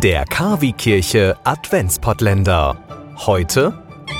Der Kavi-Kirche Adventspottländer. Heute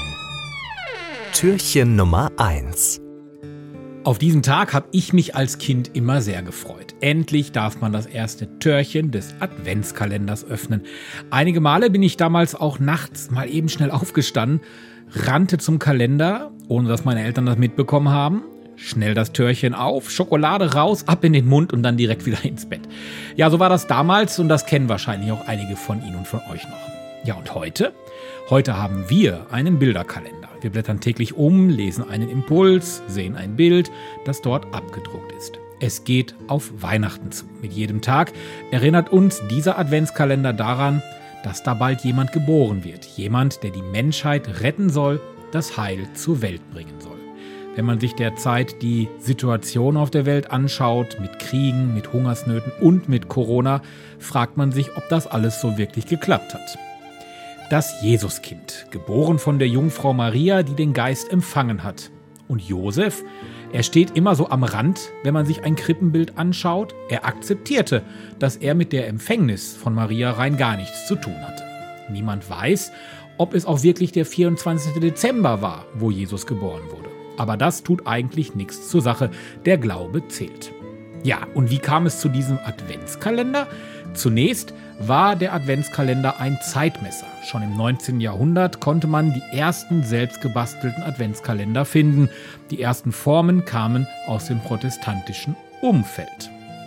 Türchen Nummer 1. Auf diesen Tag habe ich mich als Kind immer sehr gefreut. Endlich darf man das erste Türchen des Adventskalenders öffnen. Einige Male bin ich damals auch nachts mal eben schnell aufgestanden, rannte zum Kalender, ohne dass meine Eltern das mitbekommen haben. Schnell das Türchen auf, Schokolade raus, ab in den Mund und dann direkt wieder ins Bett. Ja, so war das damals und das kennen wahrscheinlich auch einige von Ihnen und von euch noch. Ja, und heute? Heute haben wir einen Bilderkalender. Wir blättern täglich um, lesen einen Impuls, sehen ein Bild, das dort abgedruckt ist. Es geht auf Weihnachten zu. Mit jedem Tag erinnert uns dieser Adventskalender daran, dass da bald jemand geboren wird. Jemand, der die Menschheit retten soll, das Heil zur Welt bringen soll. Wenn man sich derzeit die Situation auf der Welt anschaut, mit Kriegen, mit Hungersnöten und mit Corona, fragt man sich, ob das alles so wirklich geklappt hat. Das Jesuskind, geboren von der Jungfrau Maria, die den Geist empfangen hat. Und Josef, er steht immer so am Rand, wenn man sich ein Krippenbild anschaut. Er akzeptierte, dass er mit der Empfängnis von Maria rein gar nichts zu tun hatte. Niemand weiß, ob es auch wirklich der 24. Dezember war, wo Jesus geboren wurde. Aber das tut eigentlich nichts zur Sache. Der Glaube zählt. Ja, und wie kam es zu diesem Adventskalender? Zunächst war der Adventskalender ein Zeitmesser. Schon im 19. Jahrhundert konnte man die ersten selbstgebastelten Adventskalender finden. Die ersten Formen kamen aus dem protestantischen Umfeld.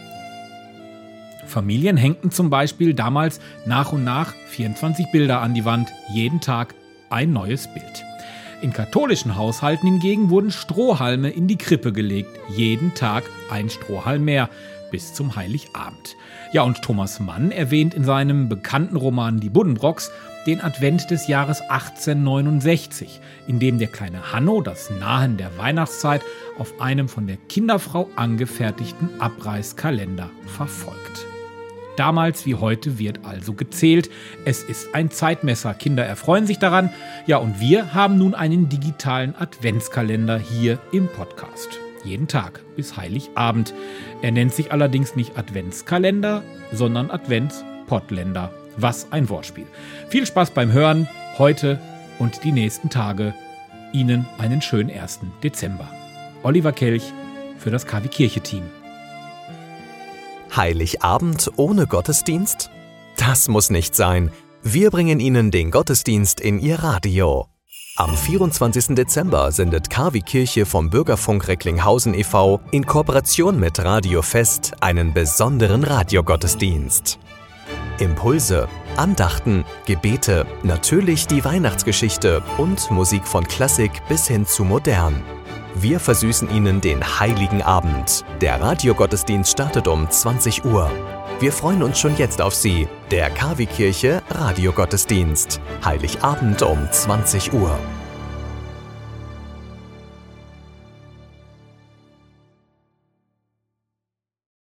Familien hängten zum Beispiel damals nach und nach 24 Bilder an die Wand. Jeden Tag ein neues Bild. In katholischen Haushalten hingegen wurden Strohhalme in die Krippe gelegt. Jeden Tag ein Strohhalm mehr, bis zum Heiligabend. Ja, und Thomas Mann erwähnt in seinem bekannten Roman Die Buddenbrooks den Advent des Jahres 1869, in dem der kleine Hanno das Nahen der Weihnachtszeit auf einem von der Kinderfrau angefertigten Abreißkalender verfolgt. Damals wie heute wird also gezählt. Es ist ein Zeitmesser. Kinder erfreuen sich daran. Ja, und wir haben nun einen digitalen Adventskalender hier im Podcast. Jeden Tag bis Heiligabend. Er nennt sich allerdings nicht Adventskalender, sondern Adventspottländer. Was ein Wortspiel. Viel Spaß beim Hören heute und die nächsten Tage. Ihnen einen schönen 1. Dezember. Oliver Kelch für das Kavi-Kirche-Team. Heiligabend ohne Gottesdienst? Das muss nicht sein. Wir bringen Ihnen den Gottesdienst in Ihr Radio. Am 24. Dezember sendet Kavi-Kirche vom Bürgerfunk Recklinghausen e.V. in Kooperation mit Radio Fest einen besonderen Radiogottesdienst. Impulse, Andachten, Gebete, natürlich die Weihnachtsgeschichte und Musik von Klassik bis hin zu modern. Wir versüßen Ihnen den Heiligen Abend. Der Radiogottesdienst startet um 20 Uhr. Wir freuen uns schon jetzt auf Sie. Der Kavi-Kirche Radiogottesdienst. Heiligabend um 20 Uhr.